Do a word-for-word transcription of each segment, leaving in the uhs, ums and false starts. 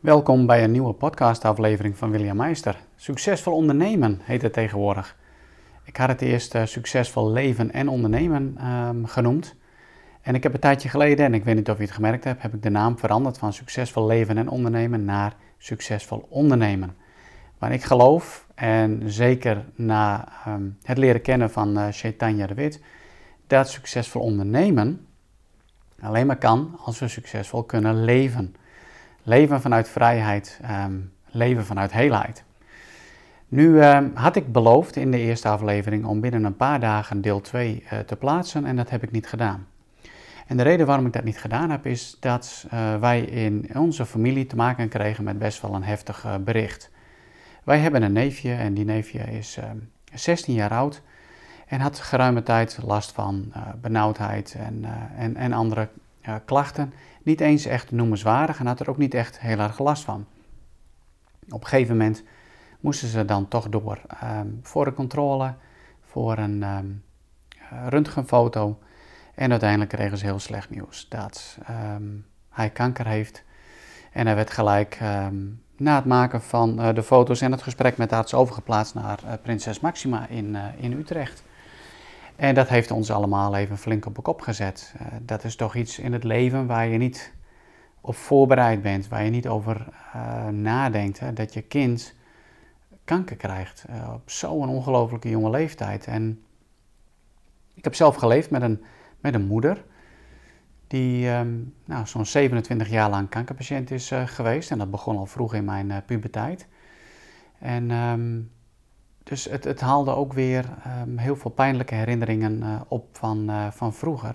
Welkom bij een nieuwe podcastaflevering van William Meister. Succesvol ondernemen heet het tegenwoordig. Ik had het eerst uh, succesvol leven en ondernemen um, genoemd. En ik heb een tijdje geleden, en ik weet niet of je het gemerkt hebt, heb ik de naam veranderd van succesvol leven en ondernemen naar succesvol ondernemen. Maar ik geloof, en zeker na um, het leren kennen van uh, Chaitanya de Wit, dat succesvol ondernemen alleen maar kan als we succesvol kunnen leven. Leven vanuit vrijheid, um, leven vanuit heelheid. Nu um, had ik beloofd in de eerste aflevering om binnen een paar dagen deel twee uh, te plaatsen en dat heb ik niet gedaan. En de reden waarom ik dat niet gedaan heb is dat uh, wij in onze familie te maken kregen met best wel een heftig uh, bericht. Wij hebben een neefje en die neefje is uh, zestien jaar oud en had geruime tijd last van uh, benauwdheid en, uh, en, en andere uh, klachten. Niet eens echt noemenswaardig en had er ook niet echt heel erg last van. Op een gegeven moment moesten ze dan toch door um, voor een controle, voor een um, röntgenfoto. En uiteindelijk kregen ze heel slecht nieuws dat um, hij kanker heeft. En hij werd gelijk um, na het maken van uh, de foto's en het gesprek met de arts overgeplaatst naar uh, Prinses Maxima in, uh, in Utrecht. En dat heeft ons allemaal even flink op de kop gezet. Uh, dat is toch iets in het leven waar je niet op voorbereid bent, waar je niet over uh, nadenkt. Hè, dat je kind kanker krijgt uh, op zo'n ongelooflijke jonge leeftijd. En ik heb zelf geleefd met een, met een moeder die um, nou, zo'n zevenentwintig jaar lang kankerpatiënt is uh, geweest. En dat begon al vroeg in mijn uh, puberteit. En um, dus het, het haalde ook weer um, heel veel pijnlijke herinneringen uh, op van, uh, van vroeger.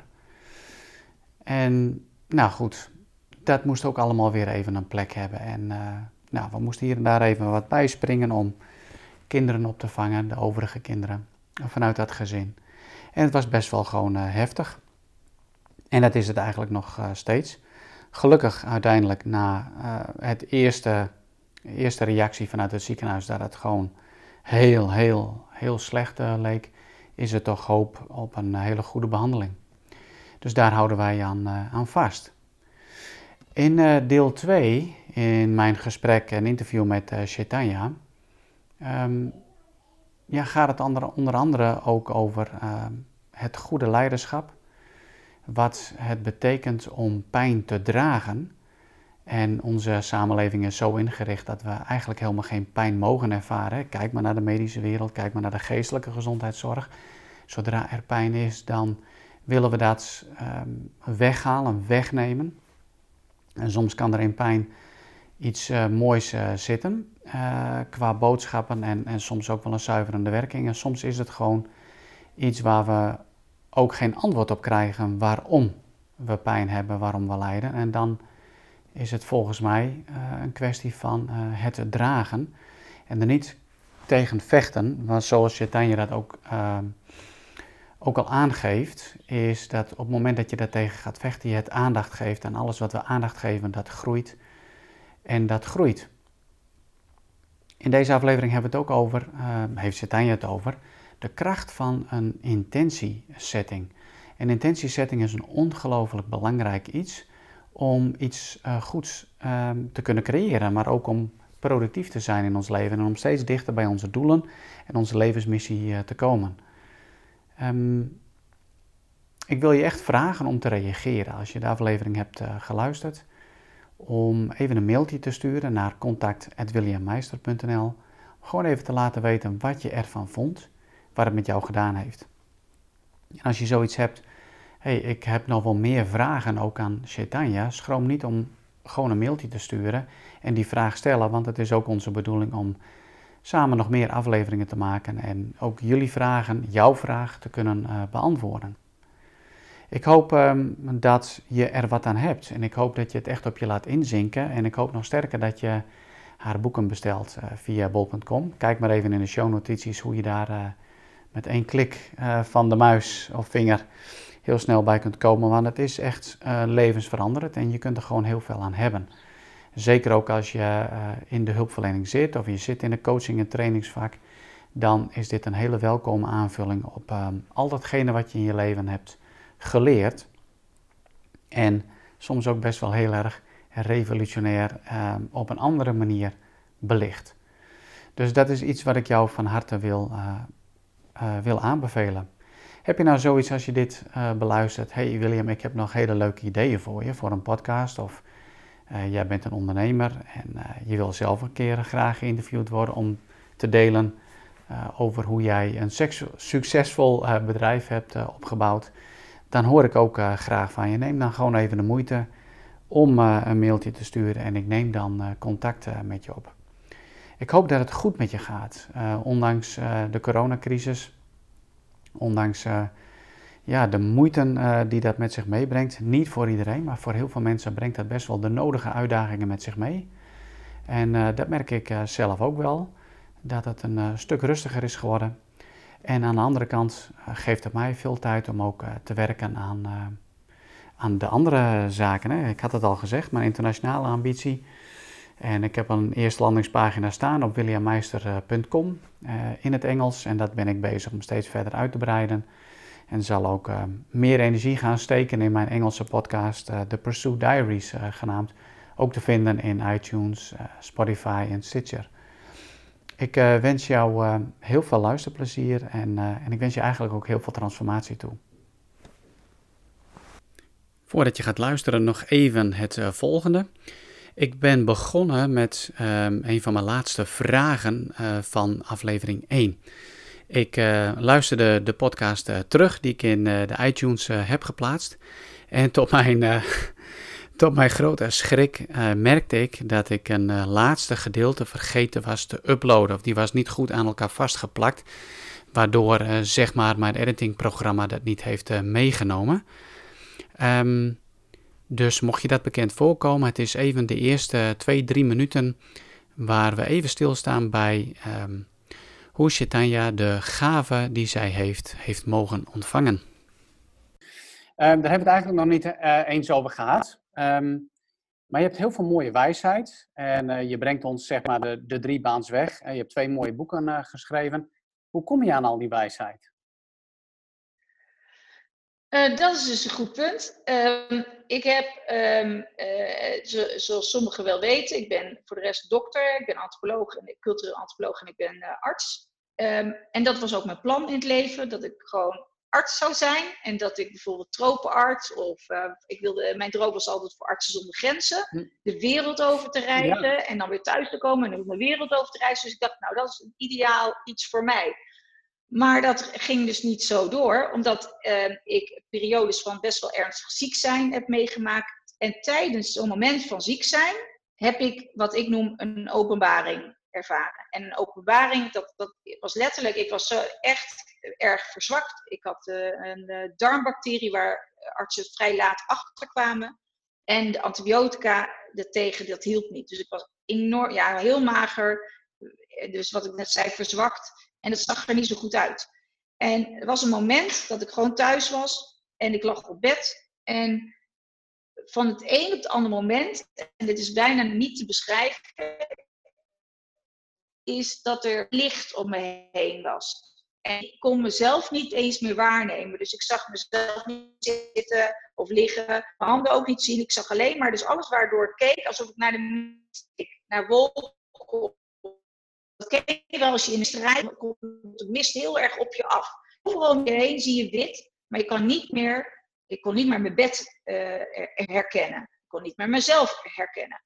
En nou goed, dat moest ook allemaal weer even een plek hebben. En uh, nou, we moesten hier en daar even wat bijspringen om kinderen op te vangen, de overige kinderen, vanuit dat gezin. En het was best wel gewoon uh, heftig. En dat is het eigenlijk nog uh, steeds. Gelukkig uiteindelijk na uh, het eerste, eerste reactie vanuit het ziekenhuis dat het gewoon heel, heel, heel slecht uh, leek, is er toch hoop op een hele goede behandeling. Dus daar houden wij aan, uh, aan vast. In uh, deel twee, in mijn gesprek en interview met uh, Chaitanya, um, ja, gaat het andere, onder andere ook over uh, het goede leiderschap. Wat het betekent om pijn te dragen. En onze samenleving is zo ingericht dat we eigenlijk helemaal geen pijn mogen ervaren. Kijk maar naar de medische wereld, kijk maar naar de geestelijke gezondheidszorg. Zodra er pijn is, dan willen we dat um, weghalen, wegnemen. En soms kan er in pijn iets uh, moois uh, zitten, uh, qua boodschappen en, en soms ook wel een zuiverende werking. En soms is het gewoon iets waar we ook geen antwoord op krijgen waarom we pijn hebben, waarom we lijden. En dan is het volgens mij uh, een kwestie van uh, het dragen en er niet tegen vechten. Want zoals Chaitanya dat ook, uh, ook al aangeeft, is dat op het moment dat je daar tegen gaat vechten, je het aandacht geeft. En alles wat we aandacht geven, dat groeit en dat groeit. In deze aflevering hebben we het ook over, uh, heeft Chaitanya het over, de kracht van een intentiesetting. Een intentiesetting is een ongelooflijk belangrijk iets om iets uh, goeds uh, te kunnen creëren, maar ook om productief te zijn in ons leven en om steeds dichter bij onze doelen en onze levensmissie uh, te komen. Um, ik wil je echt vragen om te reageren als je de aflevering hebt uh, geluisterd, om even een mailtje te sturen naar contact at williammeister punt n l, gewoon even te laten weten wat je ervan vond, wat het met jou gedaan heeft. En als je zoiets hebt, hey, ik heb nog wel meer vragen ook aan Chaitanya, schroom niet om gewoon een mailtje te sturen en die vraag stellen, want het is ook onze bedoeling om samen nog meer afleveringen te maken en ook jullie vragen, jouw vraag te kunnen uh, beantwoorden. Ik hoop um, dat je er wat aan hebt en ik hoop dat je het echt op je laat inzinken en ik hoop nog sterker dat je haar boeken bestelt uh, via bol punt com. Kijk maar even in de shownotities hoe je daar uh, met één klik uh, van de muis of vinger heel snel bij kunt komen, want het is echt uh, levensveranderend en je kunt er gewoon heel veel aan hebben. Zeker ook als je uh, in de hulpverlening zit of je zit in een coaching- en trainingsvak, dan is dit een hele welkome aanvulling op uh, al datgene wat je in je leven hebt geleerd. En soms ook best wel heel erg revolutionair uh, op een andere manier belicht. Dus dat is iets wat ik jou van harte wil, uh, uh, wil aanbevelen. Heb je nou zoiets als je dit uh, beluistert? Hey William, ik heb nog hele leuke ideeën voor je, voor een podcast. Of uh, jij bent een ondernemer en uh, je wil zelf een keer graag geïnterviewd worden om te delen uh, over hoe jij een seksu- succesvol uh, bedrijf hebt uh, opgebouwd. Dan hoor ik ook uh, graag van je. Neem dan gewoon even de moeite om uh, een mailtje te sturen en ik neem dan uh, contact uh, met je op. Ik hoop dat het goed met je gaat, uh, ondanks uh, de coronacrisis. Ondanks uh, ja, de moeite uh, die dat met zich meebrengt. Niet voor iedereen, maar voor heel veel mensen brengt dat best wel de nodige uitdagingen met zich mee. En uh, dat merk ik uh, zelf ook wel. Dat het een uh, stuk rustiger is geworden. En aan de andere kant uh, geeft het mij veel tijd om ook uh, te werken aan, uh, aan de andere zaken. Hè. Ik had het al gezegd, mijn internationale ambitie. En ik heb een eerste landingspagina staan op william meister punt com uh, in het Engels. En dat ben ik bezig om steeds verder uit te breiden. En zal ook uh, meer energie gaan steken in mijn Engelse podcast, uh, The Pursuit Diaries uh, genaamd. Ook te vinden in iTunes, uh, Spotify en Stitcher. Ik uh, wens jou uh, heel veel luisterplezier en, uh, en ik wens je eigenlijk ook heel veel transformatie toe. Voordat je gaat luisteren nog even het uh, volgende. Ik ben begonnen met um, een van mijn laatste vragen uh, van aflevering één. Ik uh, luisterde de podcast uh, terug die ik in uh, de iTunes uh, heb geplaatst. En tot mijn, uh, tot mijn grote schrik uh, merkte ik dat ik een uh, laatste gedeelte vergeten was te uploaden. Of die was niet goed aan elkaar vastgeplakt. Waardoor uh, zeg maar mijn editingprogramma dat niet heeft uh, meegenomen. Um, Dus mocht je dat bekend voorkomen, het is even de eerste twee, drie minuten waar we even stilstaan bij um, hoe Chaitanya de gave die zij heeft, heeft mogen ontvangen. Um, daar hebben we het eigenlijk nog niet uh, eens over gehad. Um, maar je hebt heel veel mooie wijsheid en uh, je brengt ons zeg maar de, de drie baans weg. Uh, je hebt twee mooie boeken uh, geschreven. Hoe kom je aan al die wijsheid? Uh, dat is dus een goed punt. Uh, ik heb, um, uh, zo, zoals sommigen wel weten, ik ben voor de rest dokter, ik ben antropoloog, en cultureel antropoloog en ik ben uh, arts. Um, en dat was ook mijn plan in het leven, dat ik gewoon arts zou zijn. En dat ik bijvoorbeeld tropenarts, of uh, ik wilde, mijn droom was altijd voor Artsen zonder Grenzen, de wereld over te reizen, ja. En dan weer thuis te komen en de wereld over te reizen. Dus ik dacht, nou dat is een ideaal iets voor mij. Maar dat ging dus niet zo door, omdat uh, ik periodes van best wel ernstig ziek zijn heb meegemaakt. En tijdens zo'n moment van ziek zijn heb ik wat ik noem een openbaring ervaren. En een openbaring, dat, dat was letterlijk, ik was zo echt erg verzwakt. Ik had uh, een uh, darmbacterie waar artsen vrij laat achter kwamen. En de antibiotica daartegen, dat hielp niet. Dus ik was enorm, ja, heel mager. Dus wat ik net zei, verzwakt. En dat zag er niet zo goed uit. En er was een moment dat ik gewoon thuis was. En ik lag op bed. En van het een op het andere moment, en dit is bijna niet te beschrijven, is dat er licht om me heen was. En ik kon mezelf niet eens meer waarnemen. Dus ik zag mezelf niet zitten of liggen. Mijn handen ook niet zien. Ik zag alleen maar dus alles waardoor ik keek, alsof ik naar de naar wolken. Dat ken je wel als je in de strijd komt, de mist heel erg op je af. Overal om je heen zie je wit, maar je kan niet meer, ik kon niet meer mijn bed uh, herkennen. Ik kon niet meer mezelf herkennen.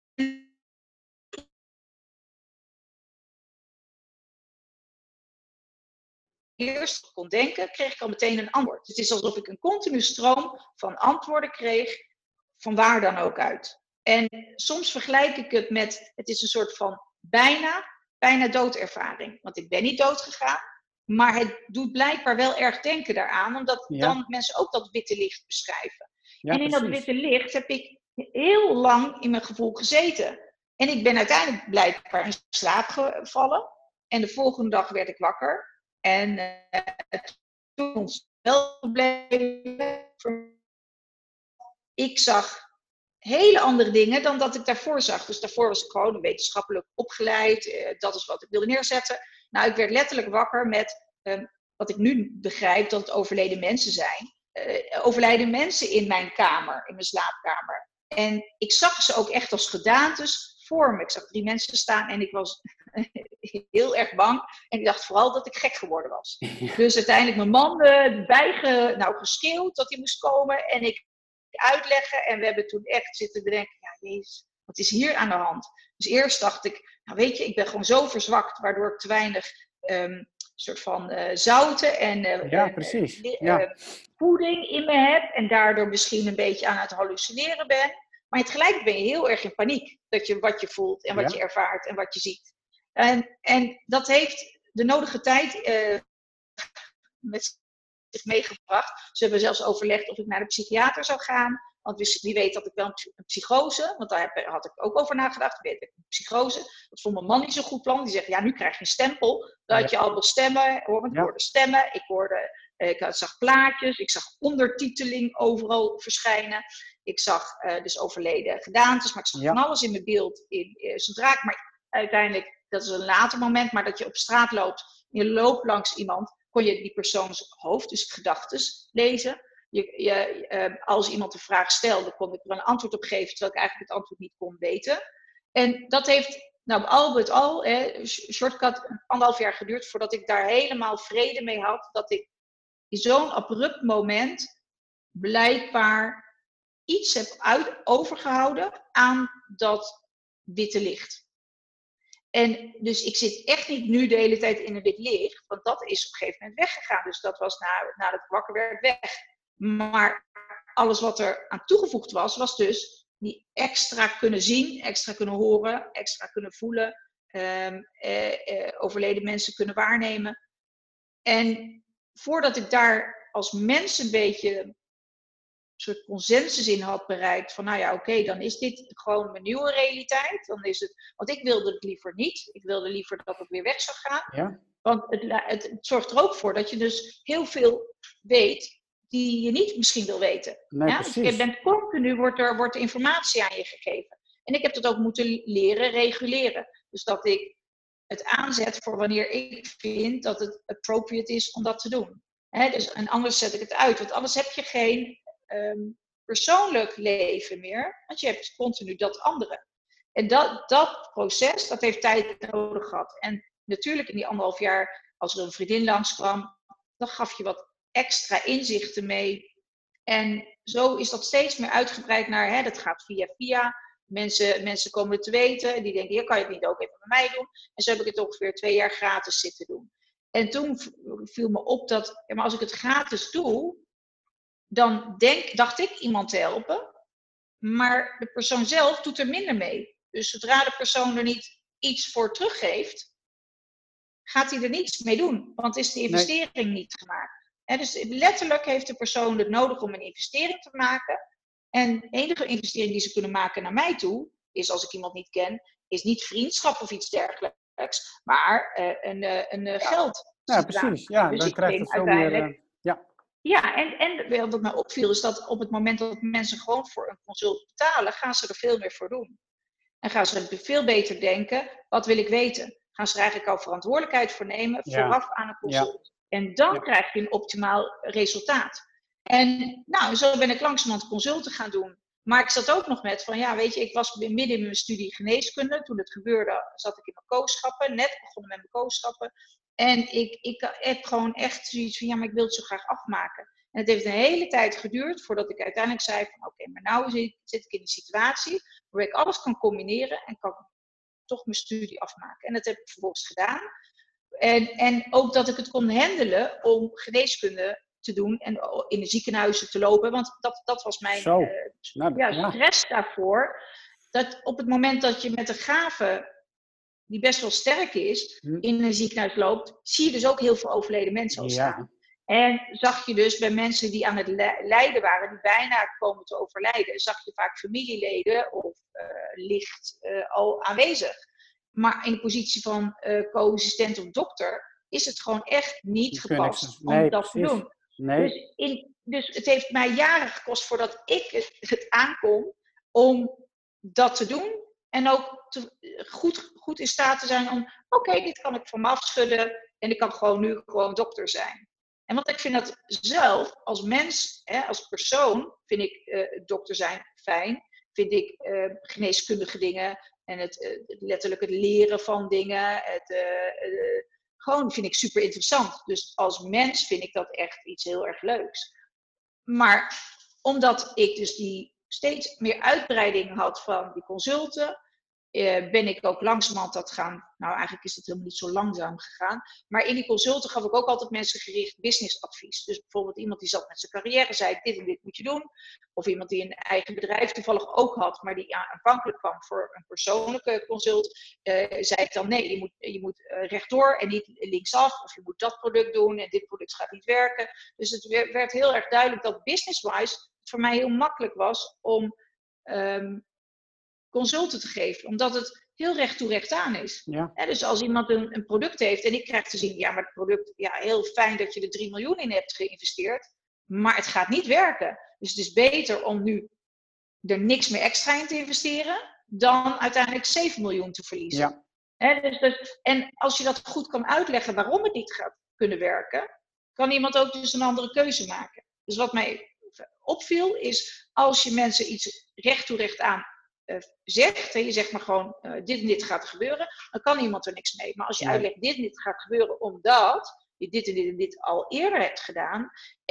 Eerst kon denken, kreeg ik al meteen een antwoord. Het is alsof ik een continue stroom van antwoorden kreeg, van waar dan ook uit. En soms vergelijk ik het met, het is een soort van bijna, bijna doodervaring. Want ik ben niet dood gegaan, maar het doet blijkbaar wel erg denken daaraan, omdat ja. dan mensen ook dat witte licht beschrijven. Ja, en in precies. Dat witte licht heb ik heel lang in mijn gevoel gezeten. En ik ben uiteindelijk blijkbaar in slaap gevallen. En de volgende dag werd ik wakker. En uh, toen ons wel gebleven. Ik zag hele andere dingen dan dat ik daarvoor zag. Dus daarvoor was ik gewoon wetenschappelijk opgeleid. Uh, dat is wat ik wilde neerzetten. Nou, ik werd letterlijk wakker met uh, wat ik nu begrijp dat het overleden mensen zijn. Uh, overleden mensen in mijn kamer, in mijn slaapkamer. en ik zag ze ook echt als gedaantes voor me. Ik zag drie mensen staan en ik was heel erg bang. En ik dacht vooral dat ik gek geworden was. Ja. Dus uiteindelijk mijn man uh, bijge, nou, geschreeuwd dat hij moest komen. En ik uitleggen. En we hebben toen echt zitten bedenken, ja jezus, wat is hier aan de hand? Dus eerst dacht ik, nou weet je, ik ben gewoon zo verzwakt, waardoor ik te weinig um, soort van uh, zouten en uh, ja, uh, precies. Uh, ja. voeding in me heb. En daardoor misschien een beetje aan het hallucineren ben. Maar tegelijk ben je heel erg in paniek. Dat je wat je voelt en wat ja. je ervaart en wat je ziet. En, en dat heeft de nodige tijd uh, met zich meegebracht. Ze hebben zelfs overlegd of ik naar de psychiater zou gaan. Want wie weet had ik wel een psychose. Want daar had ik ook over nagedacht. Weet ik, een psychose. Dat vond mijn man niet zo'n goed plan. Die zegt, ja, nu krijg je een stempel. Dat ja. je al wil stemmen. Ik hoorde ja. stemmen. Ik, hoorde, ik zag plaatjes. Ik zag ondertiteling overal verschijnen. Ik zag uh, dus overleden gedaantes. Maar ik zag ja. van alles in mijn beeld. In, uh, zodra ik maar uiteindelijk, dat is een later moment. Maar dat je op straat loopt. Je loopt langs iemand. Kon je die persoons hoofd, dus gedachtes, lezen. Je, je, uh, als iemand een vraag stelde, kon ik er een antwoord op geven, terwijl ik eigenlijk het antwoord niet kon weten. En dat heeft, nou, al met al, hè, shortcut, een anderhalf jaar geduurd voordat ik daar helemaal vrede mee had. Dat ik in zo'n abrupt moment blijkbaar iets heb uit, overgehouden aan dat witte licht. En dus ik zit echt niet nu de hele tijd in een wit licht, want dat is op een gegeven moment weggegaan. Dus dat was na, nadat ik wakker werd weg. Maar alles wat er aan toegevoegd was, was dus die extra kunnen zien, extra kunnen horen, extra kunnen voelen, um, eh, eh, overleden mensen kunnen waarnemen. En voordat ik daar als mens een beetje een soort consensus in had bereikt, van nou ja, oké, okay, dan is dit gewoon mijn nieuwe realiteit. Dan is het, want ik wilde het liever niet. Ik wilde liever dat het weer weg zou gaan. Ja. Want het, het, het zorgt er ook voor dat je dus heel veel weet die je niet misschien wil weten. Nee, ja? Dus je bent continu, wordt er, wordt er informatie aan je gegeven. En ik heb dat ook moeten leren reguleren. Dus dat ik het aanzet voor wanneer ik vind dat het appropriate is om dat te doen. He, dus, en anders zet ik het uit. Want anders heb je geen um, persoonlijk leven meer. Want je hebt continu dat andere. En dat, dat proces, dat heeft tijd nodig gehad. En natuurlijk in die anderhalf jaar, als er een vriendin langskwam, dan gaf je wat extra inzichten mee. En zo is dat steeds meer uitgebreid naar, hè, dat gaat via via. Mensen, mensen komen het te weten. Die denken, ja, kan je het niet ook even bij mij doen? En zo heb ik het ongeveer twee jaar gratis zitten doen. En toen viel me op dat, ja, maar als ik het gratis doe, dan denk, dacht ik iemand te helpen. Maar de persoon zelf doet er minder mee. Dus zodra de persoon er niet iets voor teruggeeft, gaat hij er niets mee doen. Want is de investering nee. niet gemaakt. He, dus letterlijk heeft de persoon het nodig om een investering te maken. En de enige investering die ze kunnen maken naar mij toe, is als ik iemand niet ken, is niet vriendschap of iets dergelijks, maar uh, een, uh, een uh, geld. Ja, precies. Ja, dus dan krijgt het veel meer... Uh, ja. Ja, en, en wat mij opviel is dat op het moment dat mensen gewoon voor een consult betalen, gaan ze er veel meer voor doen. En gaan ze er veel beter denken, wat wil ik weten? Gaan ze er eigenlijk al verantwoordelijkheid voor nemen, ja. vooraf aan een consult. Ja. En dan ja. krijg je een optimaal resultaat. En nou, zo ben ik langzamerhand consulten gaan doen. Maar ik zat ook nog met van, ja, weet je, ik was midden in mijn studie geneeskunde. Toen het gebeurde, zat ik in mijn kooschappen. Net begonnen met mijn kooschappen. En ik, ik heb gewoon echt zoiets van, ja, maar ik wil het zo graag afmaken. En het heeft een hele tijd geduurd voordat ik uiteindelijk zei van, oké, okay, maar nou zit, zit ik in een situatie waar ik alles kan combineren en kan toch mijn studie afmaken. En dat heb ik vervolgens gedaan. En, en ook dat ik het kon handelen om geneeskunde te doen en in de ziekenhuizen te lopen. Want dat, dat was mijn uh, nou, ja, stress ja. daarvoor. Dat op het moment dat je met een gave, die best wel sterk is, hm. in een ziekenhuis loopt, zie je dus ook heel veel overleden mensen al staan. Ja. En zag je dus bij mensen die aan het lijden waren, die bijna komen te overlijden, zag je vaak familieleden of uh, licht uh, al aanwezig. Maar in de positie van uh, co-assistent of dokter is het gewoon echt niet gepast nee, om dat precies. te doen. Nee. Dus, in, dus het heeft mij jaren gekost voordat ik het, het aankom om dat te doen. En ook te, goed, goed in staat te zijn om, oké, okay, dit kan ik van me afschudden en ik kan gewoon nu gewoon dokter zijn. En want ik vind dat zelf als mens, hè, als persoon, vind ik uh, dokter zijn fijn. vind ik uh, geneeskundige dingen en het, uh, letterlijk het leren van dingen. Het, uh, uh, gewoon vind ik super interessant. Dus als mens vind ik dat echt iets heel erg leuks. Maar omdat ik dus die steeds meer uitbreiding had van die consulten, Uh, ben ik ook langzamerhand dat gaan, nou eigenlijk is dat helemaal niet zo langzaam gegaan, maar in die consulten gaf ik ook altijd mensen gericht businessadvies. Dus bijvoorbeeld iemand die zat met zijn carrière, zei dit en dit moet je doen. Of iemand die een eigen bedrijf toevallig ook had, maar die aanvankelijk kwam voor een persoonlijke consult, uh, zei ik dan nee, je moet, je moet uh, rechtdoor en niet linksaf, of je moet dat product doen en dit product gaat niet werken. Dus het werd heel erg duidelijk dat business-wise het voor mij heel makkelijk was om um, consulten te geven, omdat het heel recht toe recht aan is. Ja. He, dus als iemand een, een product heeft en ik krijg te zien, ja, maar het product, ja, heel fijn dat je er drie miljoen in hebt geïnvesteerd, maar het gaat niet werken. Dus het is beter om nu er niks meer extra in te investeren, dan uiteindelijk zeven miljoen te verliezen. Ja. He, dus, dus, en als je dat goed kan uitleggen waarom het niet gaat kunnen werken, kan iemand ook dus een andere keuze maken. Dus wat mij opviel is, als je mensen iets recht toe recht aan Uh, zegt, hè, je zegt maar gewoon uh, dit en dit gaat gebeuren, dan kan iemand er niks mee. Maar als je nee. uitlegt dit en dit gaat gebeuren omdat je dit en dit en dit al eerder hebt gedaan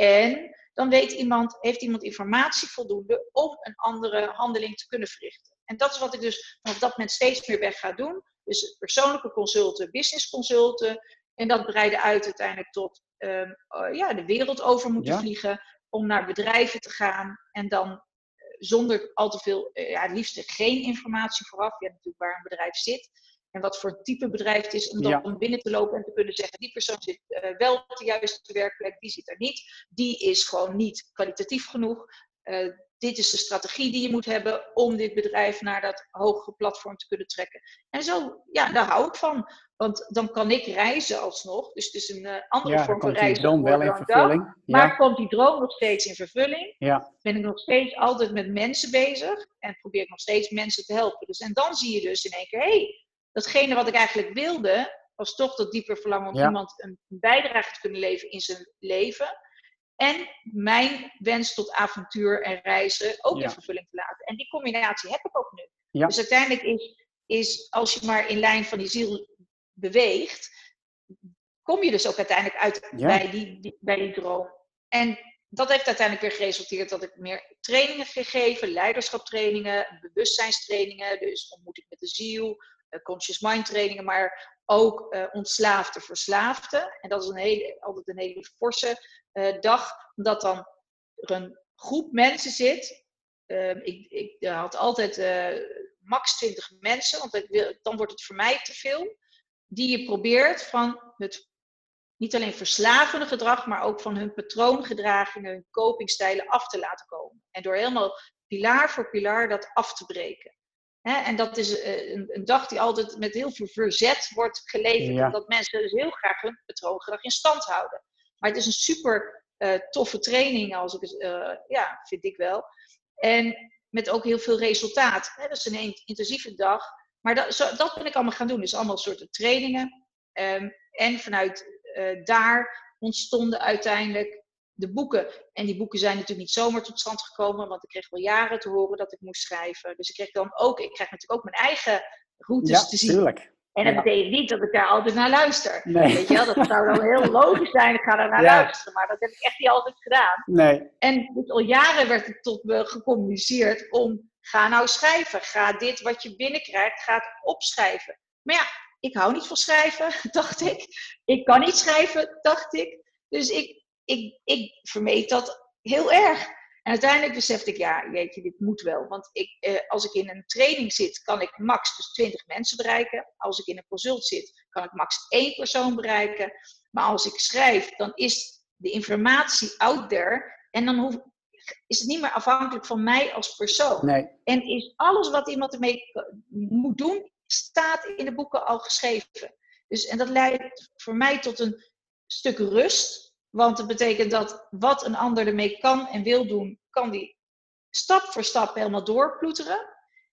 en dan weet iemand, heeft iemand informatie voldoende om een andere handeling te kunnen verrichten. En dat is wat ik dus vanaf dat moment steeds meer ben gaan doen. Dus persoonlijke consulten, business consulten en dat breiden uit uiteindelijk tot um, uh, ja, de wereld over moeten ja. vliegen om naar bedrijven te gaan en dan zonder al te veel, ja, het liefst geen informatie vooraf. Ja, natuurlijk waar een bedrijf zit en wat voor type bedrijf het is, om dan ja. binnen te lopen en te kunnen zeggen, die persoon zit uh, wel op de juiste werkplek, die zit er niet. Die is gewoon niet kwalitatief genoeg. Uh, dit is de strategie die je moet hebben om dit bedrijf naar dat hogere platform te kunnen trekken. En zo, ja, daar hou ik van. Want dan kan ik reizen alsnog. Dus het is een uh, andere ja, vorm van reizen. reizen. Ja, dan komt die droom wel in vervulling. Dag, ja. Maar komt die droom nog steeds in vervulling? Ja. Ben ik nog steeds altijd met mensen bezig. En probeer ik nog steeds mensen te helpen. Dus, en dan zie je dus in één keer, hé, hey, datgene wat ik eigenlijk wilde, was toch dat dieper verlangen om ja. iemand een bijdrage te kunnen leveren in zijn leven. En mijn wens tot avontuur en reizen ook ja. in vervulling te laten. En die combinatie heb ik ook nu. Ja. Dus uiteindelijk is, is, als je maar in lijn van die ziel beweegt, kom je dus ook uiteindelijk uit ja. bij, die, die, bij die droom. En dat heeft uiteindelijk weer geresulteerd dat ik meer trainingen gegeven, leiderschapstrainingen, bewustzijnstrainingen, dus ontmoeting met de ziel, conscious mind trainingen, maar ook uh, ontslaafde verslaafde. En dat is een hele, altijd een hele forse uh, dag, omdat dan er een groep mensen zit. Uh, ik, ik had altijd uh, max twintig mensen, want ik wil, dan wordt het voor mij te veel. Die je probeert van het niet alleen verslavende gedrag, maar ook van hun patroongedragingen, hun copingstijlen af te laten komen. En door helemaal pilaar voor pilaar dat af te breken. He, en dat is een, een dag die altijd met heel veel verzet wordt geleverd. Ja. Omdat mensen dus heel graag hun patroongedrag in stand houden. Maar het is een super uh, toffe training, als ik het, uh, ja, vind ik wel. En met ook heel veel resultaat. He, dat is een intensieve dag. Maar dat, zo, dat ben ik allemaal gaan doen. Dus allemaal soorten trainingen. Um, en vanuit uh, daar ontstonden uiteindelijk de boeken. En die boeken zijn natuurlijk niet zomaar tot stand gekomen, want ik kreeg wel jaren te horen dat ik moest schrijven. Dus ik kreeg dan ook, ik krijg natuurlijk ook mijn eigen routes ja, te zien. Tuurlijk. En dat ja. betekent niet dat ik daar altijd naar luister. Nee. Weet je wel, dat zou dan heel logisch zijn, ik ga daar naar ja. luisteren. Maar dat heb ik echt niet altijd gedaan. Nee. En dus al jaren werd het tot me gecommuniceerd om, ga nou schrijven. Ga dit wat je binnenkrijgt, ga het opschrijven. Maar ja, ik hou niet van schrijven, dacht ik. Ik kan niet schrijven, dacht ik. Dus ik, ik, ik vermeed dat heel erg. En uiteindelijk besefte ik, ja, jeetje, dit moet wel. Want ik, eh, als ik in een training zit, kan ik max dus twintig mensen bereiken. Als ik in een consult zit, kan ik max één persoon bereiken. Maar als ik schrijf, dan is de informatie out there. En dan hoef, is het niet meer afhankelijk van mij als persoon. Nee. En is alles wat iemand ermee moet doen, staat in de boeken al geschreven. Dus, en dat leidt voor mij tot een stuk rust. Want het betekent dat wat een ander ermee kan en wil doen, kan die stap voor stap helemaal doorploeteren.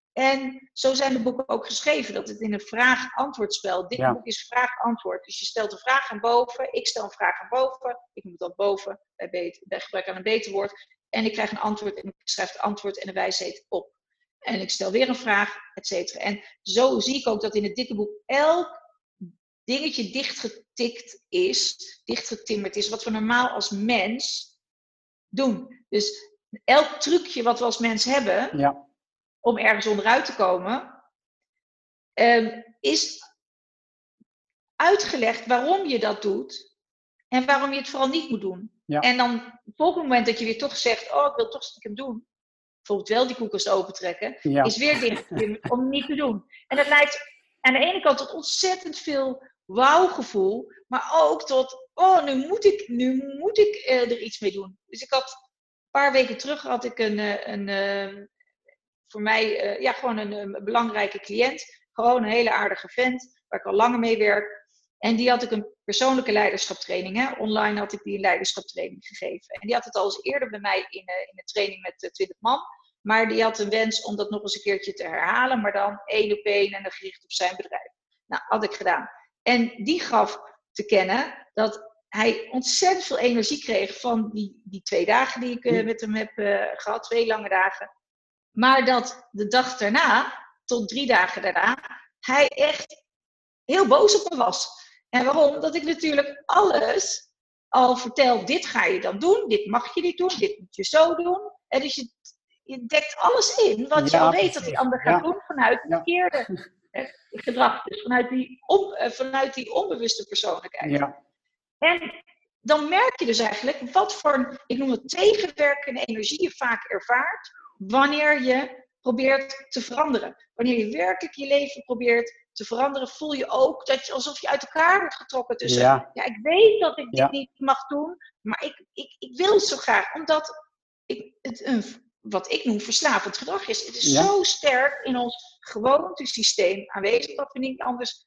En zo zijn de boeken ook geschreven, dat het in een vraag-antwoordspel. Dit ja. boek is vraag-antwoord. Dus je stelt een vraag aan boven, ik stel een vraag aan boven, ik moet dat boven bij, beter, bij gebrek aan een beter woord. En ik krijg een antwoord en ik schrijf het antwoord en de wijsheid op. En ik stel weer een vraag, et cetera. En zo zie ik ook dat in het dikke boek elk dingetje dichtgetikt is, dichtgetimmerd is, wat we normaal als mens doen. Dus elk trucje wat we als mens hebben, Ja. om ergens onderuit te komen, um, is uitgelegd waarom je dat doet en waarom je het vooral niet moet doen. Ja. En dan het volgende moment dat je weer toch zegt, oh, ik wil toch stiekem doen, bijvoorbeeld wel die koelkast opentrekken, Ja. is weer dicht om het niet te doen. En dat leidt aan de ene kant tot ontzettend veel wauwgevoel, maar ook tot, oh, nu moet ik, nu moet ik uh, er iets mee doen. Dus ik had, een paar weken terug had ik een, een, een voor mij, uh, ja, gewoon een, een belangrijke cliënt, gewoon een hele aardige vent, waar ik al langer mee werk. En die had ik een persoonlijke leiderschapstraining. Hè? Online had ik die een leiderschapstraining gegeven. En die had het al eens eerder bij mij in, uh, in een training met uh, twintig man. Maar die had een wens om dat nog eens een keertje te herhalen. Maar dan één op één en dan gericht op zijn bedrijf. Nou, had ik gedaan. En die gaf te kennen dat hij ontzettend veel energie kreeg van die, die twee dagen die ik uh, met hem heb uh, gehad. Twee lange dagen. Maar dat de dag daarna, tot drie dagen daarna, hij echt heel boos op me was. En waarom? Dat ik natuurlijk alles al vertel, dit ga je dan doen, dit mag je niet doen, dit moet je zo doen. En dus je, je dekt alles in wat Ja, je al weet precies. dat die ander gaat Ja. doen vanuit het Ja. verkeerde eh, gedrag. Dus vanuit die, on, uh, vanuit die onbewuste persoonlijkheid. Ja. En dan merk je dus eigenlijk wat voor, ik noem het tegenwerkende energie je vaak ervaart wanneer je probeert te veranderen. Wanneer je werkelijk je leven probeert te veranderen, voel je ook dat je alsof je uit elkaar wordt getrokken tussen. Ja. Ja, ik weet dat ik Ja. dit niet mag doen, maar ik, ik, ik wil het zo graag. Omdat ik, het een, wat ik noem verslavend gedrag is. Het is Ja. zo sterk in ons gewoontesysteem aanwezig dat we niet anders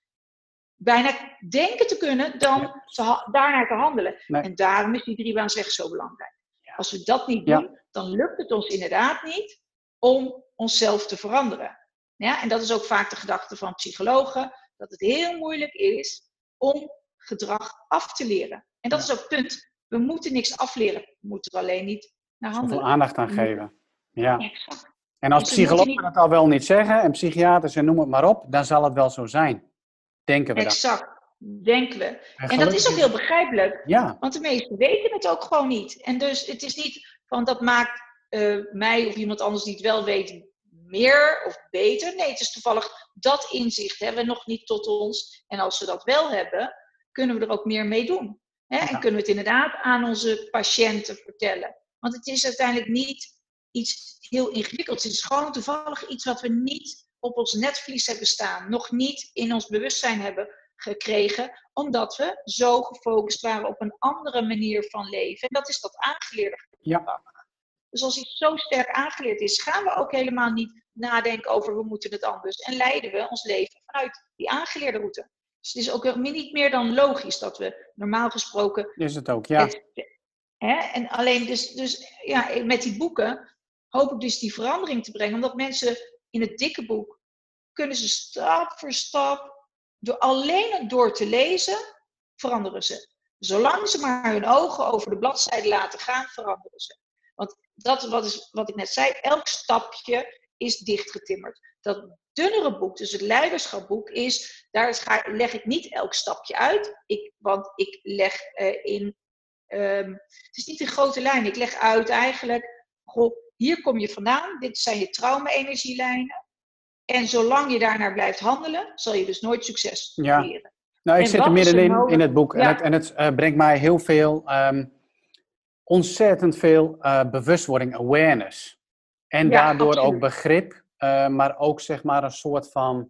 bijna denken te kunnen dan Ja. te ha- daarnaar te handelen. Nee. En daarom is die driebaansweg zo belangrijk. Ja. Als we dat niet Ja. doen, dan lukt het ons inderdaad niet om onszelf te veranderen. Ja, en dat is ook vaak de gedachte van psychologen, dat het heel moeilijk is om gedrag af te leren. En dat Ja. is ook het punt. We moeten niks afleren. We moeten er alleen niet naar handelen. Zoveel aandacht aan We moeten- geven. Ja. Exact. En als Dus we moeten psychologen niet- het al wel niet zeggen, en psychiaters en noem het maar op, dan zal het wel zo zijn. Denken we dan. Exact. Denken we. En En dat gelukkig is ook heel begrijpelijk. Ja. Want de meesten weten het ook gewoon niet. En dus het is niet van dat maakt uh, mij of iemand anders die het wel weet meer of beter. Nee, het is toevallig dat inzicht hebben we nog niet tot ons. En als we dat wel hebben, kunnen we er ook meer mee doen. Hè? Ja. En kunnen we het inderdaad aan onze patiënten vertellen. Want het is uiteindelijk niet iets heel ingewikkelds. Het is gewoon toevallig iets wat we niet op ons netvlies hebben staan. Nog niet in ons bewustzijn hebben gekregen, omdat we zo gefocust waren op een andere manier van leven. En dat is dat aangeleerde gedrag. Ja. Dus als iets zo sterk aangeleerd is, gaan we ook helemaal niet nadenken over we moeten het anders. En leiden we ons leven vanuit die aangeleerde route. Dus het is ook niet meer dan logisch dat we normaal gesproken... Is het ook, ja. Het, hè, en alleen dus, dus ja, met die boeken hoop ik dus die verandering te brengen. Omdat mensen in het dikke boek kunnen ze stap voor stap, door alleen door te lezen, veranderen ze. Zolang ze maar hun ogen over de bladzijde laten gaan, veranderen ze. Want dat wat, is, wat ik net zei, elk stapje is dichtgetimmerd. Dat dunnere boek, dus het leiderschapboek, is, daar ga, leg ik niet elk stapje uit. Ik, want ik leg uh, in, um, het is niet in grote lijnen, ik leg uit eigenlijk, goh, hier kom je vandaan, dit zijn je trauma-energielijnen. En zolang je daarnaar blijft handelen, zal je dus nooit succes Ja. creëren. Nou, ik En zit er wat is er middenin nodig? in het boek. Ja. En het, en het uh, brengt mij heel veel, um, ontzettend veel uh, bewustwording, awareness. En Ja, daardoor absoluut. ook begrip, uh, maar ook zeg maar een soort van,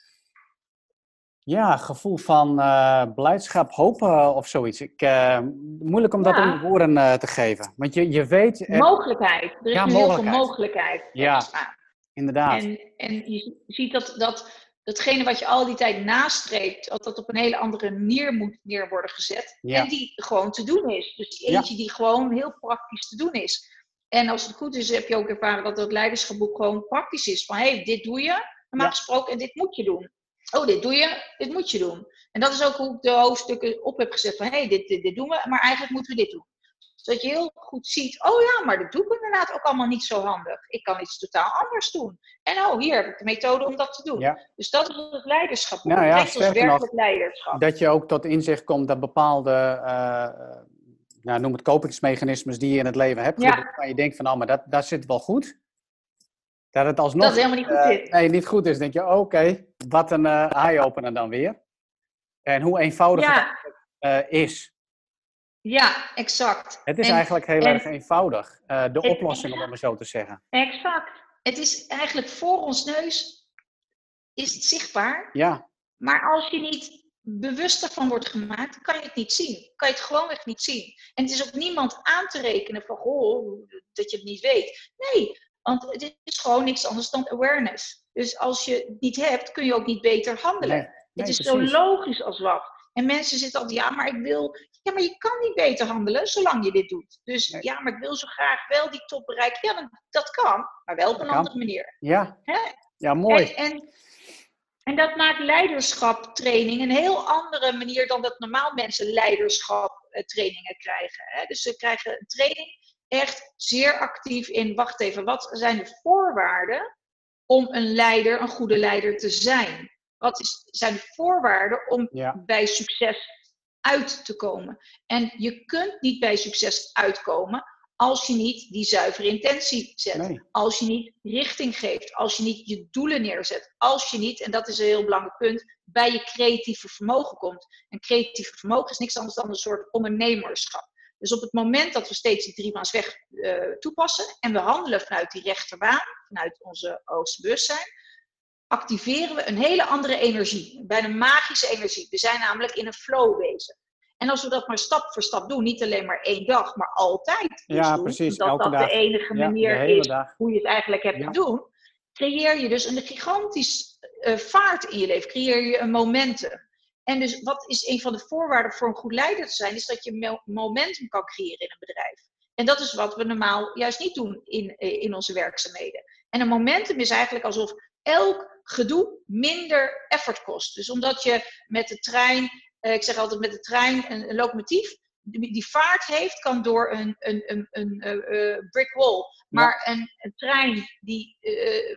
ja, gevoel van uh, blijdschap, hoop uh, of zoiets. Ik, uh, moeilijk om dat Ja. in woorden uh, te geven. Want je, je weet... Er, Mogelijkheid. Er is Ja, nu heel veel mogelijkheid. mogelijkheid. Ja. Extra. inderdaad. En, en je ziet dat, dat datgene wat je al die tijd nastreept, dat dat op een hele andere manier moet neer worden gezet. Ja. En die gewoon te doen is. Dus eentje Ja. die gewoon heel praktisch te doen is. En als het goed is, heb je ook ervaren dat dat leiderschapboek gewoon praktisch is. Van hé, hey, dit doe je, normaal Ja. gesproken, en dit moet je doen. Oh, dit doe je, dit moet je doen. En dat is ook hoe ik de hoofdstukken op heb gezet. Van hé, hey, dit, dit, dit doen we, maar eigenlijk moeten we dit doen. Zodat je heel goed ziet, oh ja, maar dat doe ik inderdaad ook allemaal niet zo handig. Ik kan iets totaal anders doen. En oh, hier heb ik de methode om dat te doen. Ja. Dus dat is het leiderschap. Hoe Nou ja, brengt ons sterker werkelijk nog, leiderschap? dat je ook tot inzicht komt dat bepaalde, uh, nou, noem het kopingsmechanismes die je in het leven hebt, Ja. waar je denkt van, nou, maar dat, dat zit wel goed. Dat het alsnog Dat het helemaal niet goed uh, zit. Nee, niet goed is. Dan denk je, oké, okay, wat een uh, eye-opener dan weer. En hoe eenvoudig ja. het uh, is. Ja, exact. Het is en, eigenlijk heel en, erg eenvoudig. Uh, de het, oplossing, exact. om het zo te zeggen. Exact. Het is eigenlijk voor ons neus, is het zichtbaar. Ja. Maar als je niet bewust ervan wordt gemaakt, kan je het niet zien. Kan je het gewoonweg niet zien. En het is ook niemand aan te rekenen van, goh, dat je het niet weet. Nee, want het is gewoon niks anders dan awareness. Dus als je het niet hebt, kun je ook niet beter handelen. Nee, nee, het is precies. zo logisch als wat. En mensen zitten altijd, ja, maar ik wil... Ja, maar je kan niet beter handelen zolang je dit doet. Dus nee. ja, maar ik wil zo graag wel die top bereiken. Ja, dan, dat kan, maar wel op een andere manier. Ja, Hè? ja mooi. En, en, en dat maakt leiderschaptraining een heel andere manier dan dat normaal mensen leiderschaptrainingen krijgen. Hè? Dus ze krijgen een training echt zeer actief in, wacht even, wat zijn de voorwaarden om een leider, een goede leider te zijn? Wat is, zijn de voorwaarden om ja. bij succes uit te komen? En je kunt niet bij succes uitkomen als je niet die zuivere intentie zet. Nee. Als je niet richting geeft. Als je niet je doelen neerzet. Als je niet, en dat is een heel belangrijk punt, bij je creatieve vermogen komt. En creatieve vermogen is niks anders dan een soort ondernemerschap. Dus op het moment dat we steeds die driemaansweg uh, toepassen en we handelen vanuit die rechterbaan, vanuit onze hoogste bewustzijn, activeren we een hele andere energie. Bijna magische energie. We zijn namelijk in een flow bezig. En als we dat maar stap voor stap doen, niet alleen maar één dag, maar altijd dus ja, doen, precies, omdat dat dag. de enige ja, manier de is dag. hoe je het eigenlijk hebt ja. te doen, creëer je dus een gigantisch uh, vaart in je leven, creëer je een momentum. En dus wat is een van de voorwaarden voor een goed leider te zijn, is dat je momentum kan creëren in een bedrijf. En dat is wat we normaal juist niet doen in, in onze werkzaamheden. En een momentum is eigenlijk alsof elk gedoe minder effort kost. Dus omdat je met de trein, uh, ik zeg altijd met de trein, een, een locomotief, die, die vaart heeft, kan door een, een, een, een uh, uh, brick wall. Maar ja. een, een trein die uh,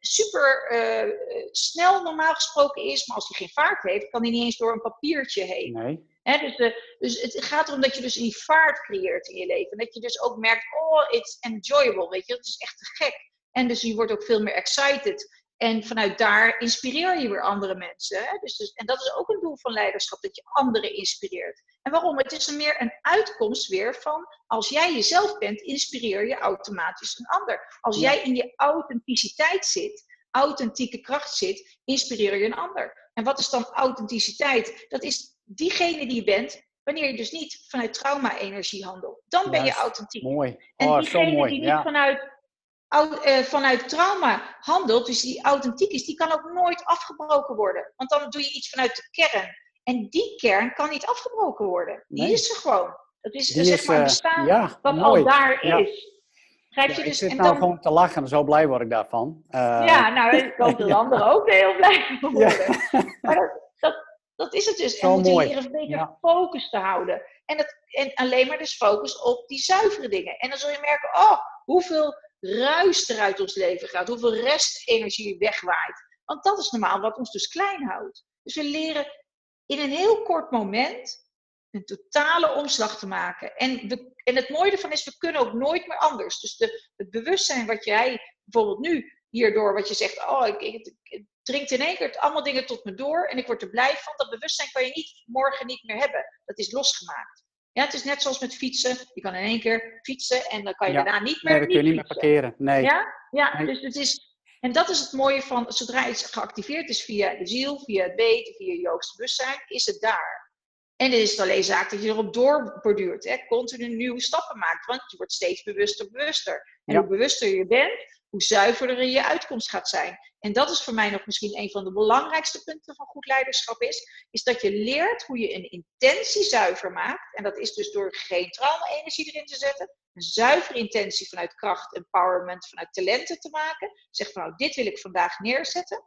super uh, snel normaal gesproken is, maar als die geen vaart heeft, kan die niet eens door een papiertje heen. Nee. He, dus, uh, dus het gaat erom dat je dus die vaart creëert in je leven. En dat je dus ook merkt, oh, it's enjoyable, weet je. Het is echt te gek. En dus je wordt ook veel meer excited. En vanuit daar inspireer je weer andere mensen. Hè? Dus, dus, en dat is ook een doel van leiderschap, dat je anderen inspireert. En waarom? Het is meer een uitkomst weer van, als jij jezelf bent, inspireer je automatisch een ander. Als ja. jij in je authenticiteit zit, authentieke kracht zit, inspireer je een ander. En wat is dan authenticiteit? Dat is diegene die je bent, wanneer je dus niet vanuit trauma-energie handelt. Dan ben Juist. je authentiek. Mooi. Oh, en diegene zo mooi. die niet ja. vanuit... Uh, vanuit trauma handelt, dus die authentiek is, die kan ook nooit afgebroken worden. Want dan doe je iets vanuit de kern. En die kern kan niet afgebroken worden. Die nee. is er gewoon. Dat is die zeg is, maar een uh, bestaan ja, wat mooi. al daar ja. is. Begrijp je? Ja, dus, ik zit en nou dan... gewoon te lachen en zo blij word ik daarvan. Uh... Ja, nou, ik hoop dat ja. anderen ook heel blij van worden. Ja. Maar dat, dat, dat is het dus. Zo en moeten mooi. leren een beetje ja. focus te houden. En, dat, en alleen maar dus focus op die zuivere dingen. En dan zul je merken, oh, hoeveel ruis er uit ons leven gaat. Hoeveel restenergie wegwaait. Want dat is normaal wat ons dus klein houdt. Dus we leren in een heel kort moment een totale omslag te maken. En, we, en het mooie ervan is, we kunnen ook nooit meer anders. Dus de, het bewustzijn wat jij bijvoorbeeld nu hierdoor, wat je zegt, oh, ik, ik, ik dringt in één keer allemaal dingen tot me door en ik word er blij van. Dat bewustzijn kan je niet, morgen niet meer hebben. Dat is losgemaakt. Ja, het is net zoals met fietsen. Je kan in één keer fietsen en dan kan je ja. daarna niet meer Nee, dan kun je niet meer parkeren. Nee. Ja, ja nee. dus het is... En dat is het mooie van, zodra iets geactiveerd is via de ziel, via het weten, via je hoogste bewustzijn, is het daar. En dan is het alleen zaak dat je erop doorborduurt, hè, continu nieuwe stappen maakt, want je wordt steeds bewuster, bewuster. En ja. hoe bewuster je bent, hoe zuiverder je uitkomst gaat zijn. En dat is voor mij nog misschien een van de belangrijkste punten van goed leiderschap is, is dat je leert hoe je een intentie zuiver maakt. En dat is dus door geen trauma-energie erin te zetten, een zuivere intentie vanuit kracht, empowerment, vanuit talenten te maken. Zeg van nou, dit wil ik vandaag neerzetten.